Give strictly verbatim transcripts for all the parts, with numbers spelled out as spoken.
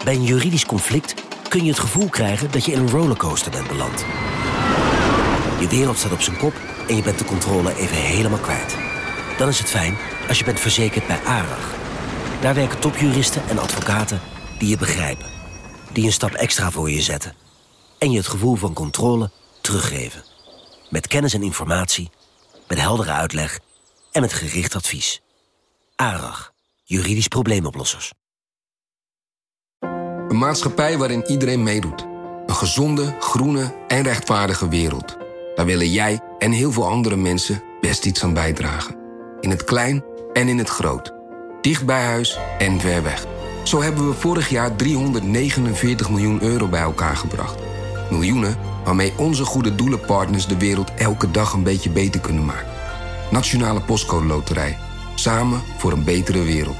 Bij een juridisch conflict kun je het gevoel krijgen dat je in een rollercoaster bent beland. Je wereld staat op zijn kop en je bent de controle even helemaal kwijt. Dan is het fijn als je bent verzekerd bij ARAG. Daar werken topjuristen en advocaten die je begrijpen. Die een stap extra voor je zetten. En je het gevoel van controle teruggeven. Met kennis en informatie, met heldere uitleg en met gericht advies. ARAG, juridisch probleemoplossers. Een maatschappij waarin iedereen meedoet. Een gezonde, groene en rechtvaardige wereld. Daar willen jij en heel veel andere mensen best iets aan bijdragen. In het klein en in het groot. Dicht bij huis en ver weg. Zo hebben we vorig jaar driehonderdnegenenveertig miljoen euro bij elkaar gebracht. Miljoenen waarmee onze goede doelenpartners de wereld elke dag een beetje beter kunnen maken. Nationale Postcode Loterij. Samen voor een betere wereld.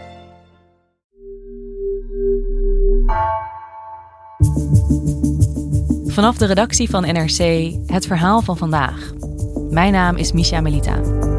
Vanaf de redactie van N R C, het verhaal van vandaag. Mijn naam is Misha Melita.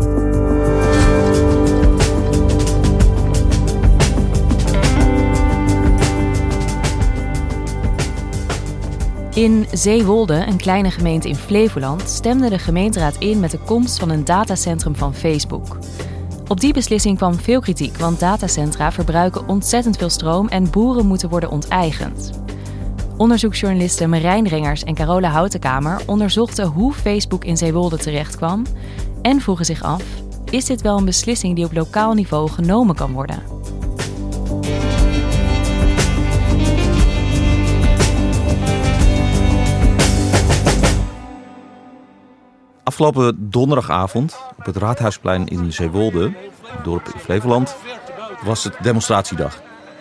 In Zeewolde, een kleine gemeente in Flevoland, stemde de gemeenteraad in met de komst van een datacentrum van Facebook. Op die beslissing kwam veel kritiek, want datacentra verbruiken ontzettend veel stroom en boeren moeten worden onteigend. Onderzoeksjournalisten Marijn Rengers en Carola Houtenkamer onderzochten hoe Facebook in Zeewolde terecht kwam en vroegen zich af, is dit wel een beslissing die op lokaal niveau genomen kan worden? Afgelopen donderdagavond op het Raadhuisplein in Zeewolde, een dorp in Flevoland, was het demonstratiedag.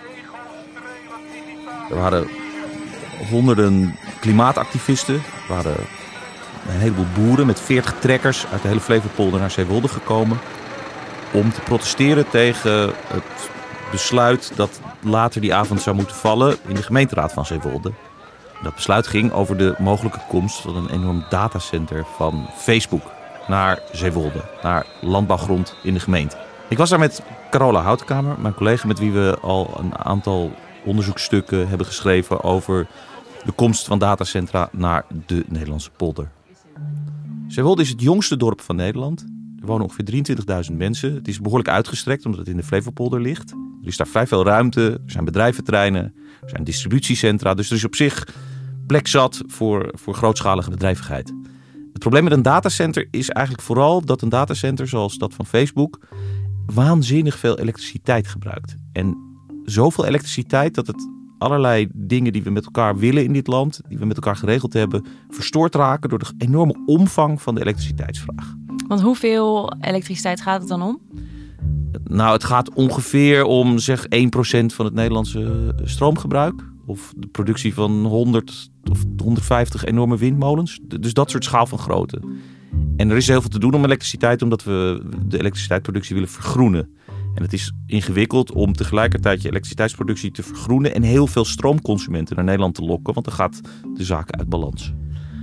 Er waren honderden klimaatactivisten, er waren een heleboel boeren met veertig trekkers uit de hele Flevopolder naar Zeewolde gekomen om te protesteren tegen het besluit dat later die avond zou moeten vallen in de gemeenteraad van Zeewolde. Dat besluit ging over de mogelijke komst van een enorm datacenter van Facebook naar Zeewolde, naar landbouwgrond in de gemeente. Ik was daar met Carola Houtenkamer, mijn collega met wie we al een aantal onderzoeksstukken hebben geschreven over de komst van datacentra naar de Nederlandse polder. Zeewolde is het jongste dorp van Nederland. Er wonen ongeveer drieëntwintigduizend mensen. Het is behoorlijk uitgestrekt omdat het in de Flevopolder ligt. Er is daar vrij veel ruimte, er zijn bedrijventreinen, er zijn distributiecentra. Dus er is op zich plek zat voor, voor grootschalige bedrijvigheid. Het probleem met een datacenter is eigenlijk vooral dat een datacenter zoals dat van Facebook waanzinnig veel elektriciteit gebruikt. En zoveel elektriciteit dat het allerlei dingen die we met elkaar willen in dit land, die we met elkaar geregeld hebben, verstoord raken door de enorme omvang van de elektriciteitsvraag. Want hoeveel elektriciteit gaat het dan om? Nou, het gaat ongeveer om zeg één procent van het Nederlandse stroomgebruik. Of de productie van honderd of honderdvijftig enorme windmolens. Dus dat soort schaal van grootte. En er is heel veel te doen om elektriciteit, omdat we de elektriciteitsproductie willen vergroenen. En het is ingewikkeld om tegelijkertijd je elektriciteitsproductie te vergroenen en heel veel stroomconsumenten naar Nederland te lokken, want dan gaat de zaak uit balans.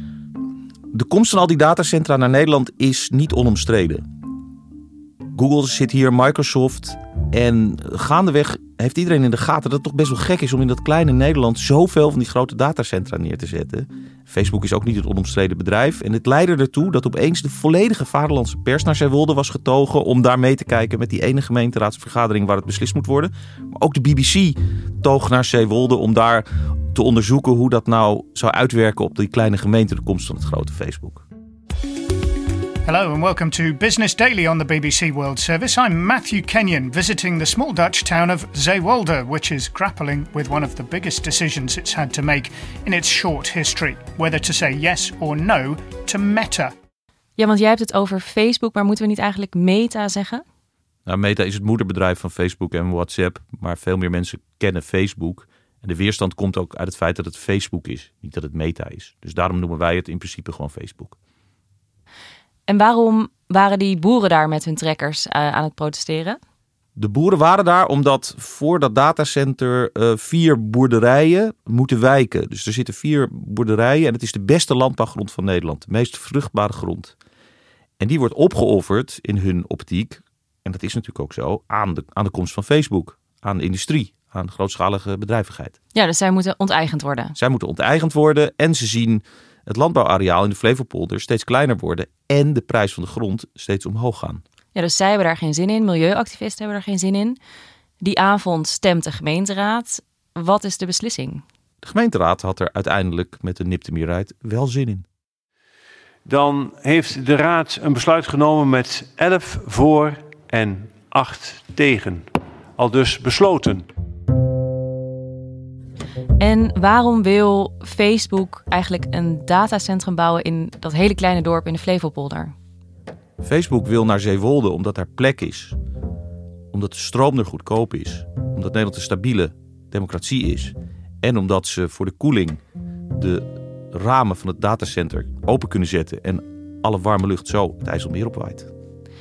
De komst van al die datacentra naar Nederland is niet onomstreden. Google zit hier, Microsoft. En gaandeweg heeft iedereen in de gaten dat het toch best wel gek is om in dat kleine Nederland zoveel van die grote datacentra neer te zetten. Facebook is ook niet het onomstreden bedrijf. En het leidde ertoe dat opeens de volledige vaderlandse pers naar Zeewolde was getogen om daar mee te kijken met die ene gemeenteraadsvergadering waar het beslist moet worden. Maar ook de B B C toog naar Zeewolde om daar te onderzoeken hoe dat nou zou uitwerken op die kleine gemeente, de komst van het grote Facebook. Hello and welcome to Business Daily on the B B C World Service. I'm Matthew Kenyon, visiting the small Dutch town of Zeewolde, which is grappling with one of the biggest decisions it's had to make in its short history. Whether to say yes or no to Meta. Ja, want jij hebt het over Facebook, maar moeten we niet eigenlijk Meta zeggen? Nou, Meta is het moederbedrijf van Facebook en WhatsApp, maar veel meer mensen kennen Facebook. En de weerstand komt ook uit het feit dat het Facebook is, niet dat het Meta is. Dus daarom noemen wij het in principe gewoon Facebook. En waarom waren die boeren daar met hun trekkers uh, aan het protesteren? De boeren waren daar omdat voor dat datacenter uh, vier boerderijen moeten wijken. Dus er zitten vier boerderijen en het is de beste landbouwgrond van Nederland. De meest vruchtbare grond. En die wordt opgeofferd in hun optiek, en dat is natuurlijk ook zo, aan de, aan de komst van Facebook. Aan de industrie, aan grootschalige bedrijvigheid. Ja, dus zij moeten onteigend worden. Zij moeten onteigend worden en ze zien het landbouwareaal in de Flevopolder steeds kleiner worden en de prijs van de grond steeds omhoog gaan. Ja, dus zij hebben daar geen zin in. Milieuactivisten hebben daar geen zin in. Die avond stemt de gemeenteraad. Wat is de beslissing? De gemeenteraad had er uiteindelijk met een nipte meerderheid wel zin in. Dan heeft de raad een besluit genomen met elf voor en acht tegen. Al dus besloten. En waarom wil Facebook eigenlijk een datacentrum bouwen in dat hele kleine dorp in de Flevopolder? Facebook wil naar Zeewolde omdat daar plek is. Omdat de stroom er goedkoop is. Omdat Nederland een stabiele democratie is. En omdat ze voor de koeling de ramen van het datacenter open kunnen zetten en alle warme lucht zo het IJsselmeer opwaait.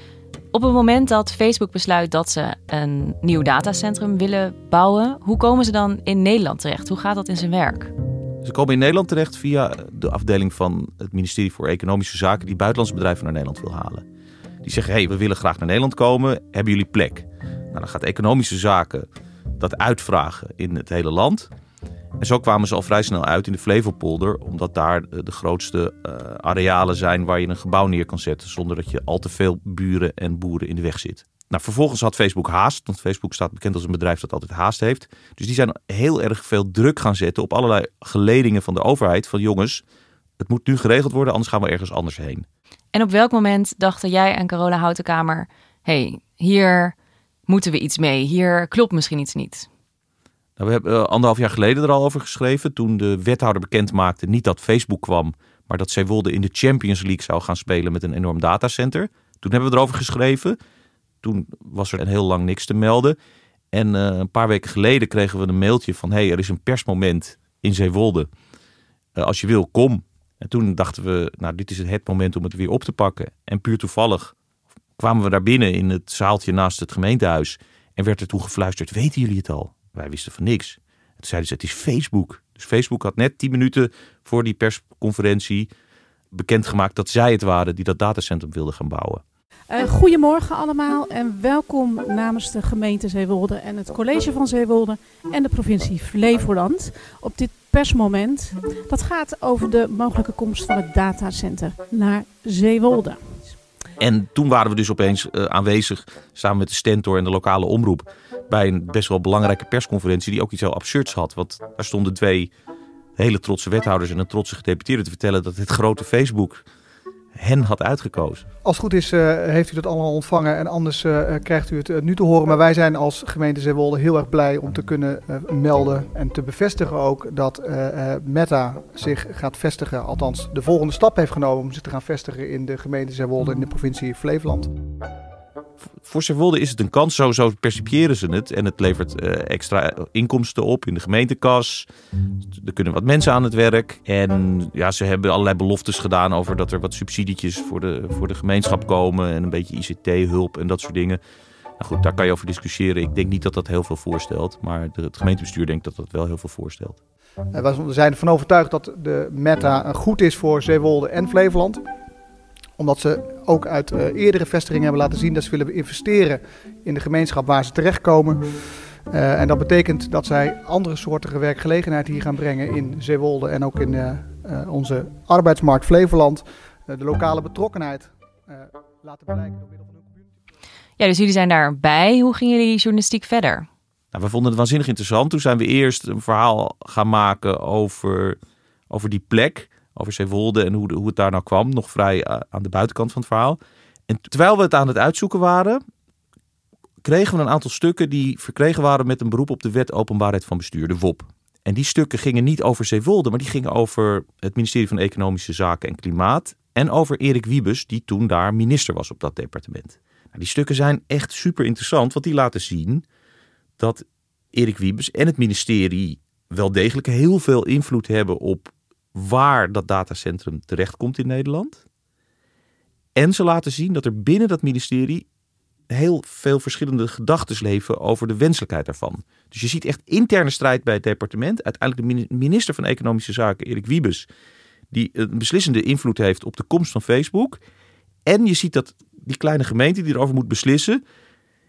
Op het moment dat Facebook besluit dat ze een nieuw datacentrum willen bouwen, hoe komen ze dan in Nederland terecht? Hoe gaat dat in zijn werk? Ze komen in Nederland terecht via de afdeling van het ministerie voor Economische Zaken die buitenlandse bedrijven naar Nederland wil halen. Die zeggen, hé, hey, we willen graag naar Nederland komen, hebben jullie plek? Nou, dan gaat Economische Zaken dat uitvragen in het hele land. En zo kwamen ze al vrij snel uit in de Flevopolder, omdat daar de grootste uh, arealen zijn waar je een gebouw neer kan zetten zonder dat je al te veel buren en boeren in de weg zit. Nou, vervolgens had Facebook haast, want Facebook staat bekend als een bedrijf dat altijd haast heeft. Dus die zijn heel erg veel druk gaan zetten op allerlei geledingen van de overheid van jongens, het moet nu geregeld worden, anders gaan we ergens anders heen. En op welk moment dachten jij en Carola Houtenkamer, hé, hey, hier moeten we iets mee, hier klopt misschien iets niet? Nou, we hebben uh, anderhalf jaar geleden er al over geschreven. Toen de wethouder bekend maakte niet dat Facebook kwam, maar dat Zeewolde in de Champions League zou gaan spelen met een enorm datacenter. Toen hebben we erover geschreven. Toen was er heel lang niks te melden. En uh, een paar weken geleden kregen we een mailtje van, hey, er is een persmoment in Zeewolde. Uh, als je wil, kom. En toen dachten we, nou, dit is het moment om het weer op te pakken. En puur toevallig kwamen we daar binnen in het zaaltje naast het gemeentehuis. En werd er toen gefluisterd, weten jullie het al? Wij wisten van niks. En toen zeiden ze, het is Facebook. Dus Facebook had net tien minuten voor die persconferentie bekendgemaakt dat zij het waren die dat datacentrum wilden gaan bouwen. Uh, goedemorgen allemaal en welkom namens de gemeente Zeewolde en het college van Zeewolde en de provincie Flevoland op dit persmoment. Dat gaat over de mogelijke komst van het datacenter naar Zeewolde. En toen waren we dus opeens uh, aanwezig samen met de Stentor en de lokale omroep bij een best wel belangrijke persconferentie die ook iets heel absurds had. Want daar stonden twee hele trotse wethouders en een trotse gedeputeerde te vertellen dat het grote Facebook hen had uitgekozen. Als het goed is, uh, heeft u dat allemaal ontvangen en anders uh, krijgt u het uh, nu te horen. Maar wij zijn als gemeente Zeewolde heel erg blij om te kunnen uh, melden en te bevestigen ook dat uh, uh, Meta zich gaat vestigen. Althans, de volgende stap heeft genomen om zich te gaan vestigen in de gemeente Zeewolde in de provincie Flevoland. Voor Zeewolde is het een kans, zo, zo percipiëren ze het. En het levert uh, extra inkomsten op in de gemeentekas. Er kunnen wat mensen aan het werk. En ja, ze hebben allerlei beloftes gedaan over dat er wat subsidietjes voor de, voor de gemeenschap komen. En een beetje I C T-hulp en dat soort dingen. Nou goed, daar kan je over discussiëren. Ik denk niet dat dat heel veel voorstelt. Maar de, het gemeentebestuur denkt dat dat wel heel veel voorstelt. We zijn ervan overtuigd dat de Meta goed is voor Zeewolde en Flevoland. Omdat ze ook uit uh, eerdere vestigingen hebben laten zien dat ze willen investeren in de gemeenschap waar ze terechtkomen. Uh, en dat betekent dat zij andere soorten werkgelegenheid hier gaan brengen in Zeewolde en ook in uh, uh, onze arbeidsmarkt Flevoland. Uh, de lokale betrokkenheid uh, laten blijken door middel van hun community. Ja, dus jullie zijn daarbij. Hoe gingen jullie journalistiek verder? Nou, we vonden het waanzinnig interessant. Toen zijn we eerst een verhaal gaan maken over, over die plek. Over Zeewolde en hoe, hoe het daar nou kwam. Nog vrij uh, aan de buitenkant van het verhaal. En terwijl we het aan het uitzoeken waren, kregen we een aantal stukken die verkregen waren met een beroep op de Wet Openbaarheid van Bestuur, de W O P. En die stukken gingen niet over Zeewolde, maar die gingen over het ministerie van Economische Zaken en Klimaat. En over Erik Wiebes, die toen daar minister was op dat departement. Nou, die stukken zijn echt super interessant, want die laten zien dat Erik Wiebes en het ministerie wel degelijk heel veel invloed hebben op waar dat datacentrum terechtkomt in Nederland. En ze laten zien dat er binnen dat ministerie heel veel verschillende gedachten leven over de wenselijkheid daarvan. Dus je ziet echt interne strijd bij het departement. Uiteindelijk de minister van Economische Zaken, Erik Wiebes, die een beslissende invloed heeft op de komst van Facebook. En je ziet dat die kleine gemeente die erover moet beslissen,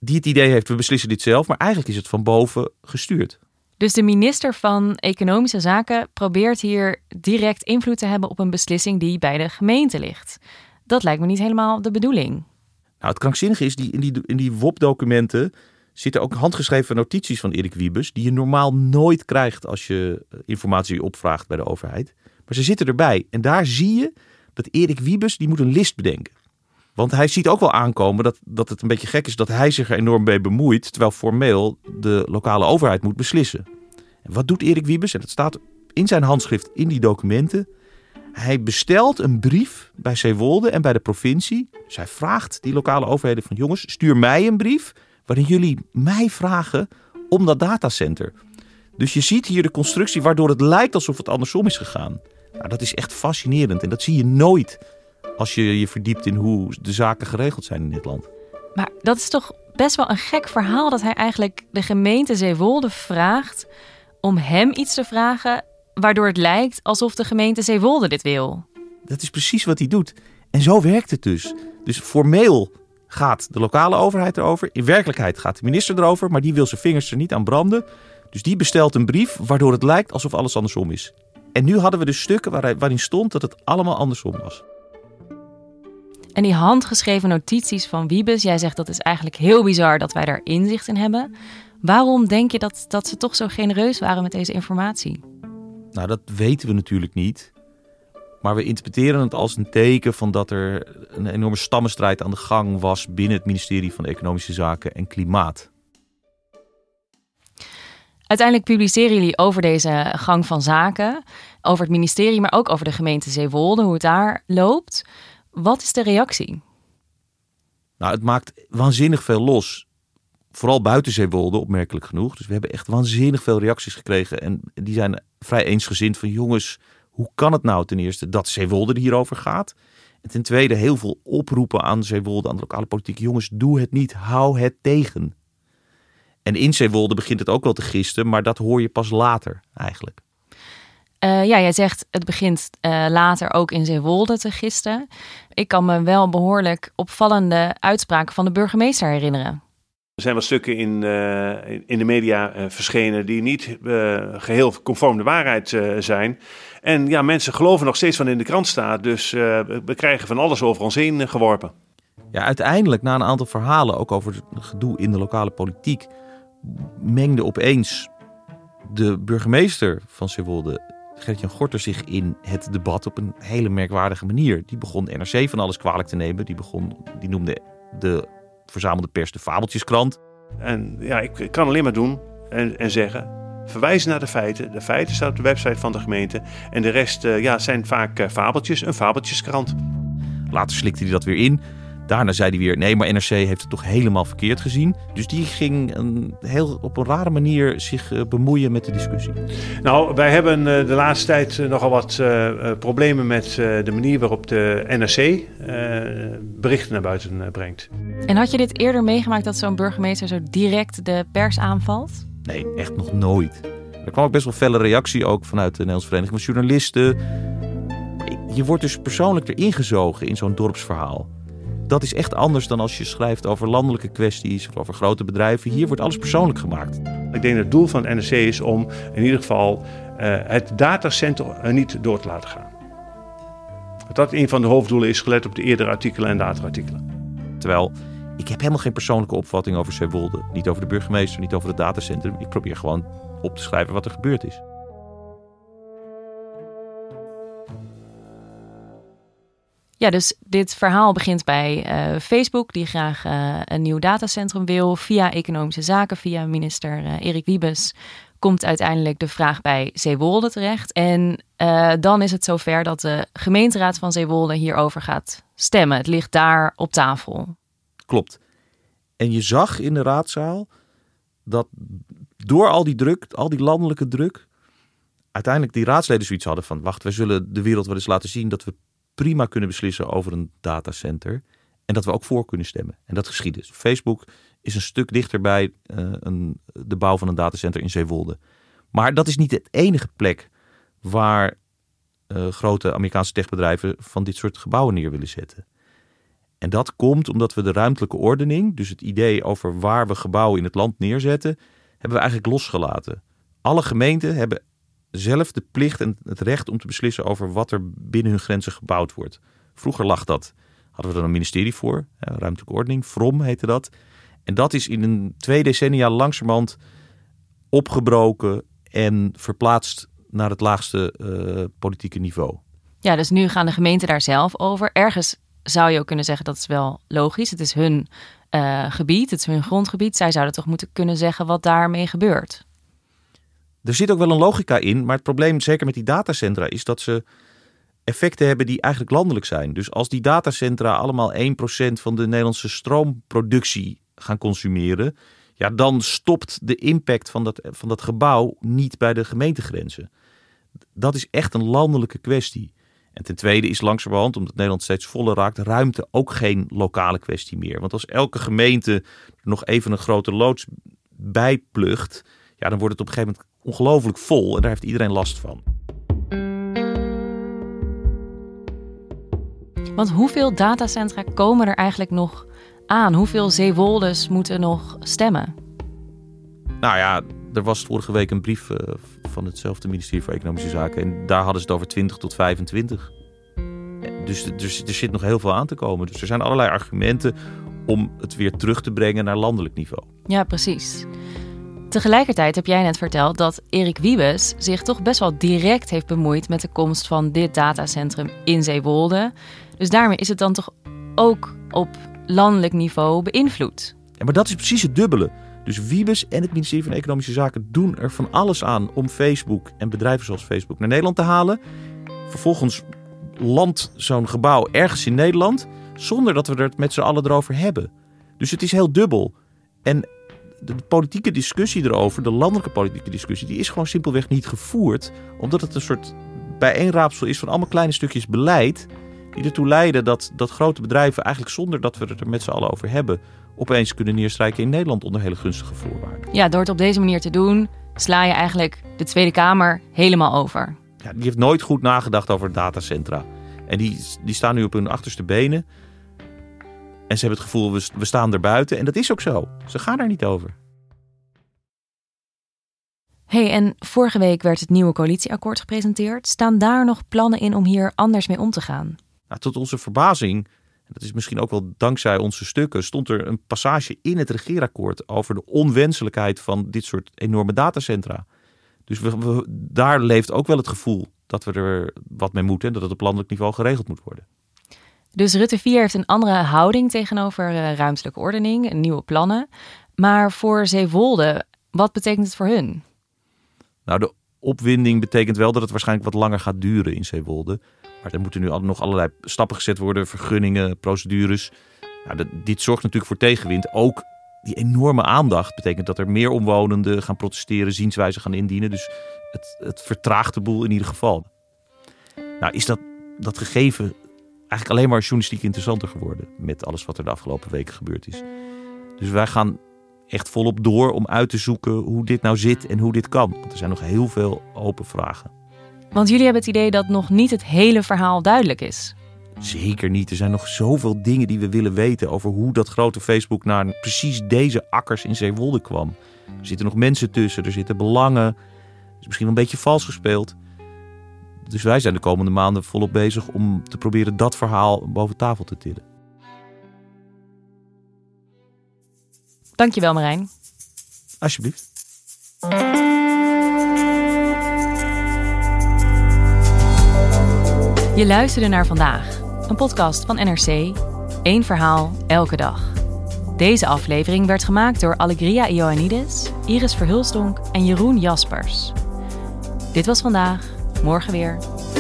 die het idee heeft, we beslissen dit zelf, maar eigenlijk is het van boven gestuurd. Dus de minister van Economische Zaken probeert hier direct invloed te hebben op een beslissing die bij de gemeente ligt. Dat lijkt me niet helemaal de bedoeling. Nou, het krankzinnige is, die, in die, in die W O P-documenten zitten ook handgeschreven notities van Erik Wiebes, die je normaal nooit krijgt als je informatie opvraagt bij de overheid. Maar ze zitten erbij. En daar zie je dat Erik Wiebes, die moet een list bedenken. Want hij ziet ook wel aankomen dat, dat het een beetje gek is dat hij zich er enorm mee bemoeit, terwijl formeel de lokale overheid moet beslissen. En wat doet Erik Wiebes? En dat staat in zijn handschrift in die documenten. Hij bestelt een brief bij Zeewolde en bij de provincie. Dus hij vraagt die lokale overheden van jongens, stuur mij een brief waarin jullie mij vragen om dat datacenter. Dus je ziet hier de constructie waardoor het lijkt alsof het andersom is gegaan. Nou, dat is echt fascinerend en dat zie je nooit als je je verdiept in hoe de zaken geregeld zijn in dit land. Maar dat is toch best wel een gek verhaal dat hij eigenlijk de gemeente Zeewolde vraagt om hem iets te vragen, waardoor het lijkt alsof de gemeente Zeewolde dit wil. Dat is precies wat hij doet. En zo werkt het dus. Dus formeel gaat de lokale overheid erover. In werkelijkheid gaat de minister erover, maar die wil zijn vingers er niet aan branden. Dus die bestelt een brief waardoor het lijkt alsof alles andersom is. En nu hadden we dus stukken waarin stond dat het allemaal andersom was. En die handgeschreven notities van Wiebes, jij zegt dat is eigenlijk heel bizar dat wij daar inzicht in hebben. Waarom denk je dat, dat ze toch zo genereus waren met deze informatie? Nou, dat weten we natuurlijk niet. Maar we interpreteren het als een teken van dat er een enorme stammenstrijd aan de gang was binnen het ministerie van Economische Zaken en Klimaat. Uiteindelijk publiceren jullie over deze gang van zaken, over het ministerie, maar ook over de gemeente Zeewolde, hoe het daar loopt. Wat is de reactie? Nou, het maakt waanzinnig veel los. Vooral buiten Zeewolde, opmerkelijk genoeg. Dus we hebben echt waanzinnig veel reacties gekregen. En die zijn vrij eensgezind van jongens, hoe kan het nou ten eerste dat Zeewolde er hierover gaat? En ten tweede heel veel oproepen aan Zeewolde, aan de lokale politiek. Jongens, doe het niet, hou het tegen. En in Zeewolde begint het ook wel te gisten, maar dat hoor je pas later eigenlijk. Uh, ja, jij zegt het begint uh, later ook in Zeewolde te gisten. Ik kan me wel behoorlijk opvallende uitspraken van de burgemeester herinneren. Er zijn wel stukken in, uh, in de media uh, verschenen die niet uh, geheel conform de waarheid uh, zijn. En ja, mensen geloven nog steeds van in de krant staat. Dus uh, we krijgen van alles over ons heen uh, geworpen. Ja, uiteindelijk na een aantal verhalen, ook over het gedoe in de lokale politiek, mengde opeens de burgemeester van Zeewolde, Gert-Jan Gorter, zich in het debat op een hele merkwaardige manier. Die begon N R C van alles kwalijk te nemen. Die, begon, die noemde de verzamelde pers de fabeltjeskrant. En ja, ik, ik kan alleen maar doen en, en zeggen, verwijzen naar de feiten. De feiten staan op de website van de gemeente. En de rest uh, ja, zijn vaak uh, fabeltjes, een fabeltjeskrant. Later slikte hij dat weer in. Daarna zei hij weer, nee, maar N R C heeft het toch helemaal verkeerd gezien. Dus die ging een heel, op een rare manier zich uh, bemoeien met de discussie. Nou, wij hebben uh, de laatste tijd uh, nogal wat uh, uh, problemen met uh, de manier waarop de N R C uh, berichten naar buiten uh, brengt. En had je dit eerder meegemaakt dat zo'n burgemeester zo direct de pers aanvalt? Nee, echt nog nooit. Er kwam ook best wel felle reactie ook vanuit de Nederlandse Vereniging van Journalisten. Je wordt dus persoonlijk erin gezogen in zo'n dorpsverhaal. Dat is echt anders dan als je schrijft over landelijke kwesties of over grote bedrijven. Hier wordt alles persoonlijk gemaakt. Ik denk dat het doel van het N R C is om in ieder geval uh, het datacenter niet door te laten gaan. Dat een van de hoofddoelen is, gelet op de eerdere artikelen en latere artikelen. Terwijl, ik heb helemaal geen persoonlijke opvatting over Zeewolde. Niet over de burgemeester, niet over het datacentrum. Ik probeer gewoon op te schrijven wat er gebeurd is. Ja, dus dit verhaal begint bij uh, Facebook, die graag uh, een nieuw datacentrum wil. Via Economische Zaken, via minister uh, Erik Wiebes, komt uiteindelijk de vraag bij Zeewolde terecht. En uh, dan is het zover dat de gemeenteraad van Zeewolde hierover gaat stemmen. Het ligt daar op tafel. Klopt. En je zag in de raadzaal dat door al die druk, al die landelijke druk, uiteindelijk die raadsleden zoiets hadden van, wacht, wij zullen de wereld wel eens laten zien dat we prima kunnen beslissen over een datacenter. En dat we ook voor kunnen stemmen. En dat geschiedde. Dus Facebook is een stuk dichter bij uh, een, de bouw van een datacenter in Zeewolde. Maar dat is niet de enige plek waar uh, grote Amerikaanse techbedrijven van dit soort gebouwen neer willen zetten. En dat komt omdat we de ruimtelijke ordening, dus het idee over waar we gebouwen in het land neerzetten, hebben we eigenlijk losgelaten. Alle gemeenten hebben zelf de plicht en het recht om te beslissen over wat er binnen hun grenzen gebouwd wordt. Vroeger lag dat, hadden we er een ministerie voor, ruimtelijke ordening, V R O M heette dat. En dat is in een twee decennia langzamerhand opgebroken en verplaatst naar het laagste uh, politieke niveau. Ja, dus nu gaan de gemeenten daar zelf over. Ergens zou je ook kunnen zeggen dat is wel logisch. Het is hun uh, gebied, het is hun grondgebied. Zij zouden toch moeten kunnen zeggen wat daarmee gebeurt. Er zit ook wel een logica in, maar het probleem zeker met die datacentra is dat ze effecten hebben die eigenlijk landelijk zijn. Dus als die datacentra allemaal één procent van de Nederlandse stroomproductie gaan consumeren, ja, dan stopt de impact van dat, van dat gebouw niet bij de gemeentegrenzen. Dat is echt een landelijke kwestie. En ten tweede is langzamerhand, omdat Nederland steeds voller raakt, ruimte ook geen lokale kwestie meer. Want als elke gemeente er nog even een grote loods bij plugt, ja, dan wordt het op een gegeven moment ongelooflijk vol en daar heeft iedereen last van. Want hoeveel datacentra komen er eigenlijk nog aan? Hoeveel Zeewoldes moeten nog stemmen? Nou ja, er was vorige week een brief uh, van hetzelfde ministerie voor Economische Zaken. En daar hadden ze het over twintig tot vijfentwintig. Dus, dus er zit nog heel veel aan te komen. Dus er zijn allerlei argumenten om het weer terug te brengen naar landelijk niveau. Ja, precies. Tegelijkertijd heb jij net verteld dat Erik Wiebes zich toch best wel direct heeft bemoeid met de komst van dit datacentrum in Zeewolde. Dus daarmee is het dan toch ook op landelijk niveau beïnvloed. Ja, maar dat is precies het dubbele. Dus Wiebes en het ministerie van Economische Zaken doen er van alles aan om Facebook en bedrijven zoals Facebook naar Nederland te halen. Vervolgens landt zo'n gebouw ergens in Nederland zonder dat we er het met z'n allen erover hebben. Dus het is heel dubbel. En de politieke discussie erover, de landelijke politieke discussie, die is gewoon simpelweg niet gevoerd. Omdat het een soort bijeenraapsel is van allemaal kleine stukjes beleid die ertoe leiden dat, dat grote bedrijven eigenlijk zonder dat we het er met z'n allen over hebben, opeens kunnen neerstrijken in Nederland onder hele gunstige voorwaarden. Ja, door het op deze manier te doen, sla je eigenlijk de Tweede Kamer helemaal over. Ja, die heeft nooit goed nagedacht over datacentra. En die, die staan nu op hun achterste benen. En ze hebben het gevoel, we, we staan er buiten. En dat is ook zo. Ze gaan er niet over. Hey, en vorige week werd het nieuwe coalitieakkoord gepresenteerd. Staan daar nog plannen in om hier anders mee om te gaan? Nou, tot onze verbazing, en dat is misschien ook wel dankzij onze stukken, stond er een passage in het regeerakkoord over de onwenselijkheid van dit soort enorme datacentra. Dus we, we, daar leeft ook wel het gevoel dat we er wat mee moeten en dat het op landelijk niveau geregeld moet worden. Dus Rutte vier heeft een andere houding tegenover uh, ruimtelijke ordening, nieuwe plannen. Maar voor Zeewolde, wat betekent het voor hun? Nou, de opwinding betekent wel dat het waarschijnlijk wat langer gaat duren in Zeewolde. Maar er moeten nu nog allerlei stappen gezet worden, vergunningen, procedures. Nou, dat, dit zorgt natuurlijk voor tegenwind. Ook die enorme aandacht betekent dat er meer omwonenden gaan protesteren, zienswijzen gaan indienen. Dus het, het vertraagt de boel in ieder geval. Nou, is dat, dat gegeven eigenlijk alleen maar journalistiek interessanter geworden met alles wat er de afgelopen weken gebeurd is. Dus wij gaan echt volop door om uit te zoeken hoe dit nou zit en hoe dit kan. Want er zijn nog heel veel open vragen. Want jullie hebben het idee dat nog niet het hele verhaal duidelijk is. Zeker niet. Er zijn nog zoveel dingen die we willen weten over hoe dat grote Facebook naar precies deze akkers in Zeewolde kwam. Er zitten nog mensen tussen, er zitten belangen. Het is misschien wel een beetje vals gespeeld. Dus wij zijn de komende maanden volop bezig om te proberen dat verhaal boven tafel te tillen. Dankjewel, Marijn. Alsjeblieft. Je luisterde naar Vandaag, een podcast van N R C. Eén verhaal, elke dag. Deze aflevering werd gemaakt door Allegria Ioannidis, Iris Verhulstonk en Jeroen Jaspers. Dit was Vandaag, morgen weer.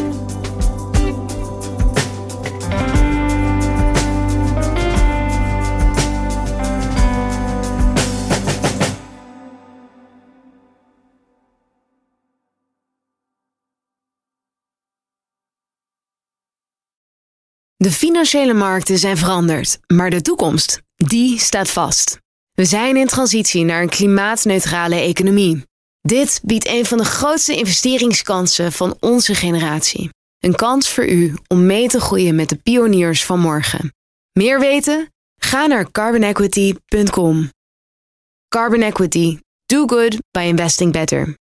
De financiële markten zijn veranderd, maar de toekomst, die staat vast. We zijn in transitie naar een klimaatneutrale economie. Dit biedt een van de grootste investeringskansen van onze generatie. Een kans voor u om mee te groeien met de pioniers van morgen. Meer weten? Ga naar carbon equity punt com. Carbon Equity. Do good by investing better.